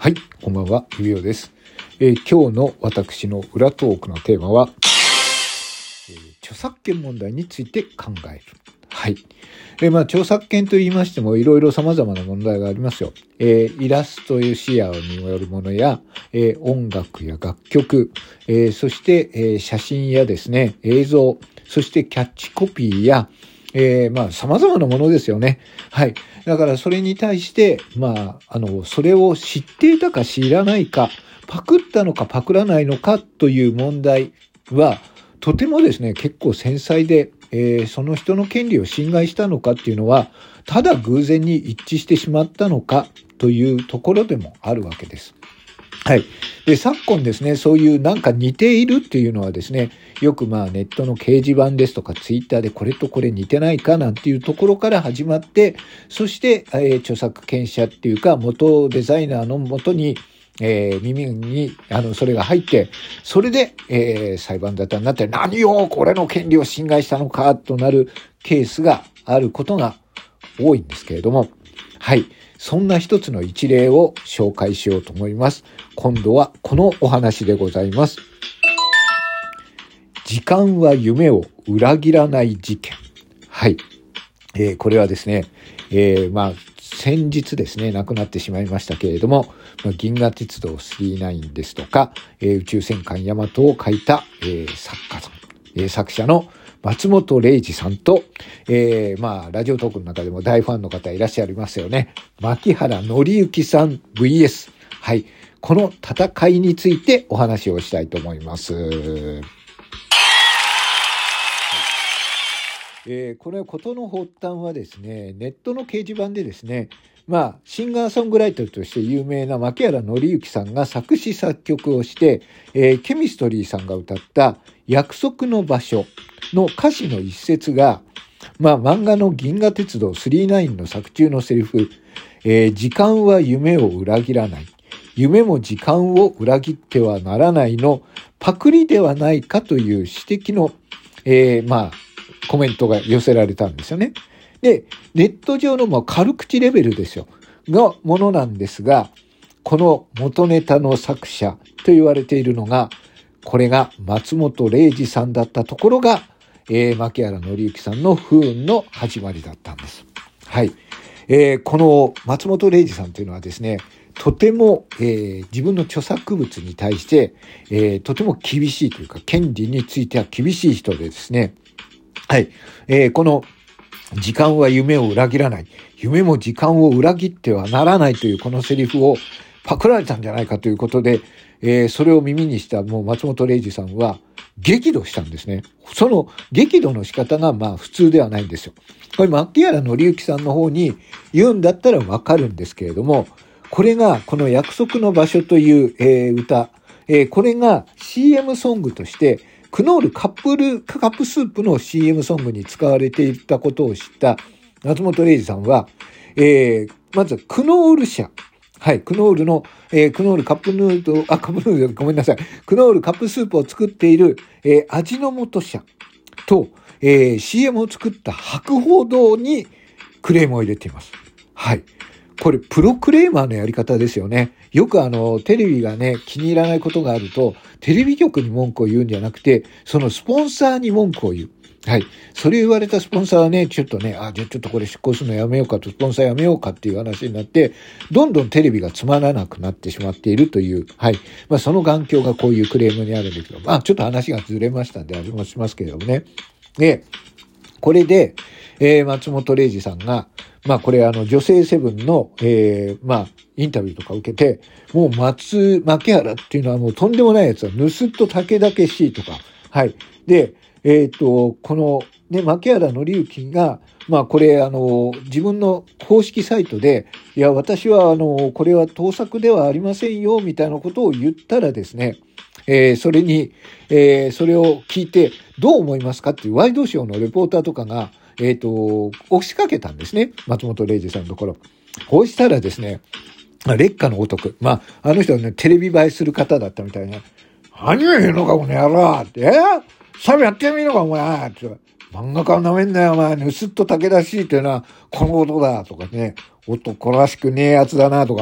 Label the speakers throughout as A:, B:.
A: はい、こんばんは、ゆうよです。今日の私の裏トークのテーマは、著作権問題について考える。はい。著作権と言いましてもいろいろ様々な問題がありますよ。イラスト使用によるものや、音楽や楽曲、そして、写真やですね、映像、そしてキャッチコピーや、様々なものですよね。はい。だからそれに対して、それを知っていたか知らないか、パクったのかパクらないのかという問題は、とてもですね、結構繊細で、その人の権利を侵害したのかっていうのは、ただ偶然に一致してしまったのかというところでもあるわけです。はい。で、昨今ですね、そういうなんか似ているっていうのはですね、よくネットの掲示板ですとかツイッターでこれとこれ似てないかなんていうところから始まって、そして、著作権者っていうか元デザイナーの元に、耳にそれが入って、それで、裁判沙汰になって何をこれの権利を侵害したのかとなるケースがあることが多いんですけれども、はい。そんな一つの一例を紹介しようと思います。今度はこのお話でございます。時間は夢を裏切らない事件。はい。これはですね、先日ですね、亡くなってしまいましたけれども、銀河鉄道999ですとか、宇宙戦艦ヤマトを書いた、作者の松本零士さんと、ラジオトークの中でも大ファンの方いらっしゃいますよね。牧原紀之さん VS。はい。この戦いについてお話をしたいと思います。これ事の発端はですね、ネットの掲示板でですね、シンガーソングライターとして有名な牧原紀之さんが作詞作曲をして、ケミストリーさんが歌った約束の場所の歌詞の一節が、漫画の銀河鉄道999の作中のセリフ、時間は夢を裏切らない。夢も時間を裏切ってはならないのパクリではないかという指摘の、コメントが寄せられたんですよね。で、ネット上の軽口レベルですよ。のものなんですが、この元ネタの作者と言われているのが、これが松本零士さんだったところが、牧原紀之さんの不運の始まりだったんです。はい。この松本零士さんというのはですね、とても、自分の著作物に対して、とても厳しいというか、権利については厳しい人でですね、はい。この時間は夢を裏切らない。夢も時間を裏切ってはならないというこのセリフをパクられたんじゃないかということで、それを耳にしたもう松本零士さんは激怒したんですね。その激怒の仕方が普通ではないんですよ。これ牧原紀之さんの方に言うんだったらわかるんですけれども、これがこの約束の場所という、歌、これが CM ソングとしてクノールカップスープの CM ソングに使われていたことを知った松本零士さんは、まずクノール社、はい、クノールの、クノールカップヌードル、ごめんなさい。クノールカップスープを作っている、味の素社と、CM を作った博報堂にクレームを入れています。はい。これプロクレーマーのやり方ですよね。よくテレビがね、気に入らないことがあると、テレビ局に文句を言うんじゃなくて、そのスポンサーに文句を言う。はい。それ言われたスポンサーはね、ちょっとね、じゃあちょっとこれ執行するのやめようかと、スポンサーやめようかっていう話になって、どんどんテレビがつまらなくなってしまっているという、はい。その眼鏡がこういうクレームにあるんですけど、ちょっと話がずれましたんで、ありもしますけれどもね。で、これで、松本零士さんが、これ女性セブンの、インタビューとか受けて、もう牧原っていうのはもうとんでもないやつだ。盗っ人武々しいとか。はい。で、この、ね、牧原紀之が、これ自分の公式サイトで、いや、私はこれは盗作ではありませんよ、みたいなことを言ったらですね、それを聞いて、どう思いますかっていうワイドショーのレポーターとかが、押しかけたんですね。松本零士さんのところ。こうしたらですね、烈火のごとく。あの人はね、テレビ映えする方だったみたいな。何を言うのか、この野郎って。サビやってみろか、お前って。漫画家を舐めんなよ、お前。盗っ人武田しいっていうのは、このことだ。とかね。男らしくねえやつだな、とか。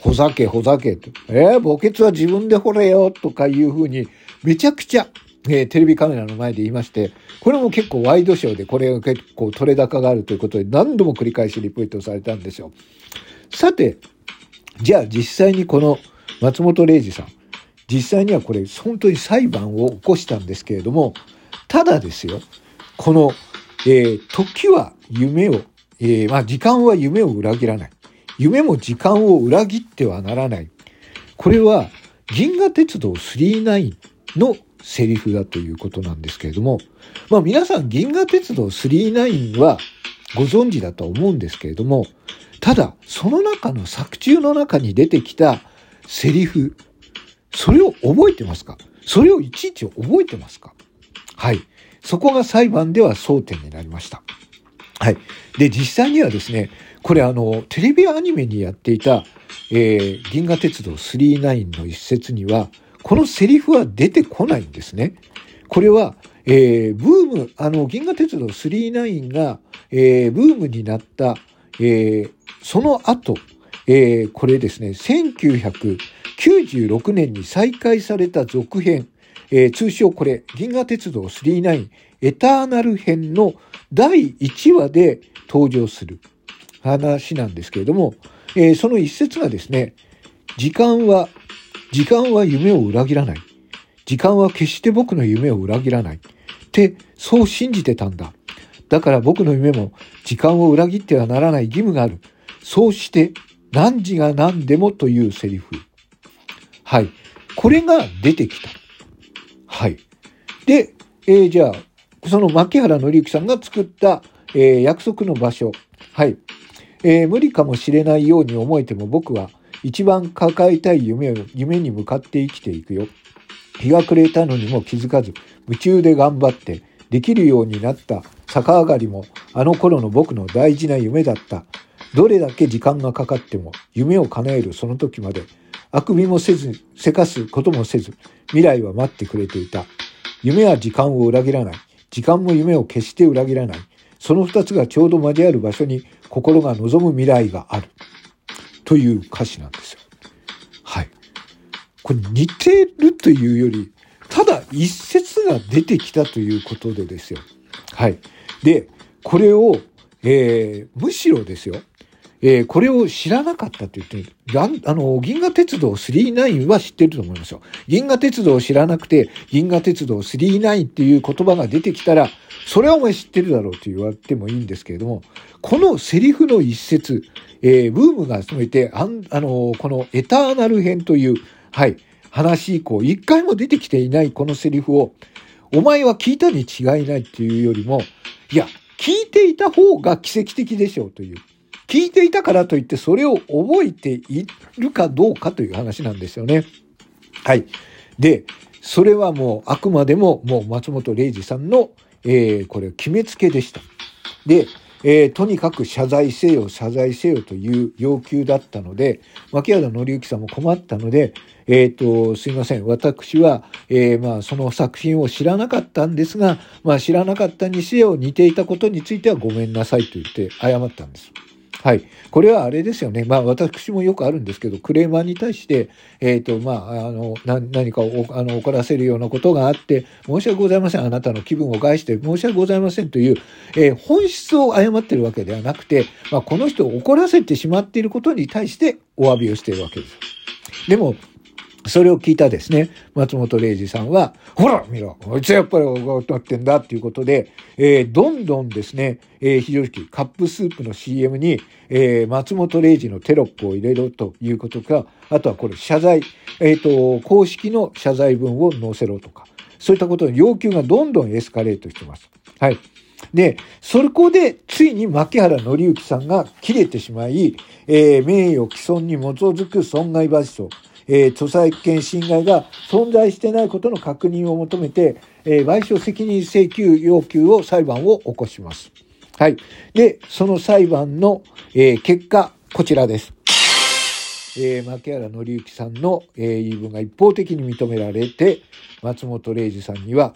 A: ほざけと。墓穴は自分で掘れよとかいうふうに、めちゃくちゃ、テレビカメラの前で言いまして、これも結構ワイドショーでこれが結構取れ高があるということで何度も繰り返しリポートされたんですよ。さて、じゃあ実際にこの松本零士さん、実際にはこれ本当に裁判を起こしたんですけれども、ただですよ、この、時は夢を、時間は夢を裏切らない。夢も時間を裏切ってはならない。これは銀河鉄道999のセリフだということなんですけれども、皆さん銀河鉄道999はご存知だと思うんですけれども、ただその中の作中の中に出てきたセリフ、それを覚えてますか？それをいちいち覚えてますか？はい。そこが裁判では争点になりました。はい。で、実際にはですね、これテレビアニメにやっていた、銀河鉄道999の一節には、このセリフは出てこないんですね。これは、ブーム、銀河鉄道999が、ブームになった、その後、これですね、1996年に再開された続編、通称これ、銀河鉄道999エターナル編の第1話で登場する話なんですけれども、その一節がですね、時間は夢を裏切らない。時間は決して僕の夢を裏切らない。ってそう信じてたんだ。だから僕の夢も時間を裏切ってはならない義務がある。そうして何時が何でもというセリフ。はい。これが出てきた。はい。で、じゃあ、その牧原紀之さんが作った、約束の場所。はい。無理かもしれないように思えても僕は一番抱えたい夢に向かって生きていくよ。日が暮れたのにも気づかず、夢中で頑張ってできるようになった逆上がりもあの頃の僕の大事な夢だった。どれだけ時間がかかっても夢を叶えるその時まで、あくびもせず、せかすこともせず、未来は待ってくれていた。夢は時間を裏切らない。時間も夢を決して裏切らない。その二つがちょうど交わる場所に心が望む未来がある。という歌詞なんですよ。はい。これ似てるというより、ただ一節が出てきたということでですよ。はい。で、これを、むしろですよ。これを知らなかったと言って、銀河鉄道999は知ってると思いますよ。銀河鉄道を知らなくて、銀河鉄道999っていう言葉が出てきたら、それはお前知ってるだろうと言われてもいいんですけれども、このセリフの一節、ブームが集めて、このエターナル編という、はい、話以降、一回も出てきていないこのセリフを、お前は聞いたに違いないっていうよりも、いや、聞いていた方が奇跡的でしょうという。聞いていたからといってそれを覚えているかどうかという話なんですよね。はい。で、それはもうあくまでももう松本零士さんの、これ決めつけでした。で、とにかく謝罪せよという要求だったので、牧原紀之さんも困ったので、すいません。私は、その作品を知らなかったんですが、知らなかったにせよ似ていたことについてはごめんなさいと言って謝ったんです。はい。これはあれですよね。私もよくあるんですけど、クレーマーに対して、何か怒らせるようなことがあって、申し訳ございません。あなたの気分を害して申し訳ございませんという、本質を誤っているわけではなくて、この人を怒らせてしまっていることに対してお詫びをしているわけです。でも、それを聞いたですね、松本零士さんは、ほら見ろ、こいつはやっぱり怒ってんだっていうことで、どんどんですね、非常識、カップスープの CM に、松本零士のテロップを入れろということか、あとはこれ謝罪、公式の謝罪文を載せろとか、そういったことの要求がどんどんエスカレートしてます。はい。で、そこでついに牧原紀之さんが切れてしまい、名誉毀損に基づく損害賠償、著作権侵害が存在してないことの確認を求めて、賠償責任請求要求を裁判を起こします。はい。で、その裁判の、結果、こちらです。牧原紀之さんの、言い分が一方的に認められて、松本零士さんには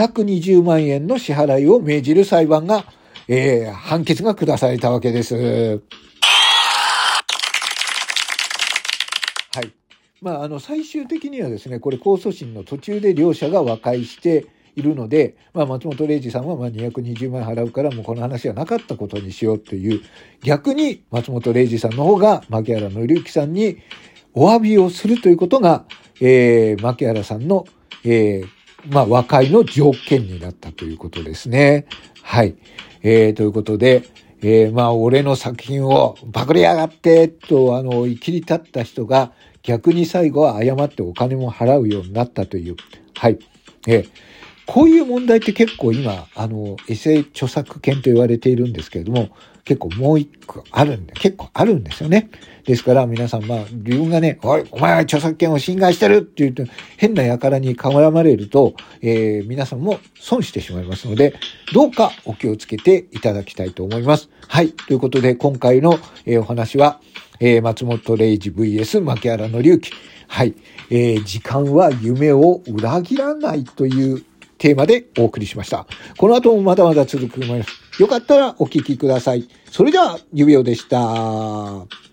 A: 220万円の支払いを命じる裁判が、判決が下されたわけです。 最終的にはですね、これ控訴審の途中で両者が和解しているので、松本零士さんは220万円払うからもうこの話はなかったことにしようという、逆に松本零士さんの方が牧原紀之さんにお詫びをするということが、牧原さんの、和解の条件になったということですね。はい。ということで、俺の作品をパクりやがってと、切り立った人が逆に最後は誤ってお金も払うようになったという。はい。こういう問題って結構今、エセ著作権と言われているんですけれども、結構もう一個結構あるんですよね。ですから皆さん、自分がね、お前は著作権を侵害してるって言うと、変な輩に絡まれると、皆さんも損してしまいますので、どうかお気をつけていただきたいと思います。はい。ということで、今回の、お話は、松本零士 VS 牧原紀之。はい。時間は夢を裏切らないというテーマでお送りしました。この後もまだまだ続くと思います。よかったらお聞きください。それでは、指輪でした。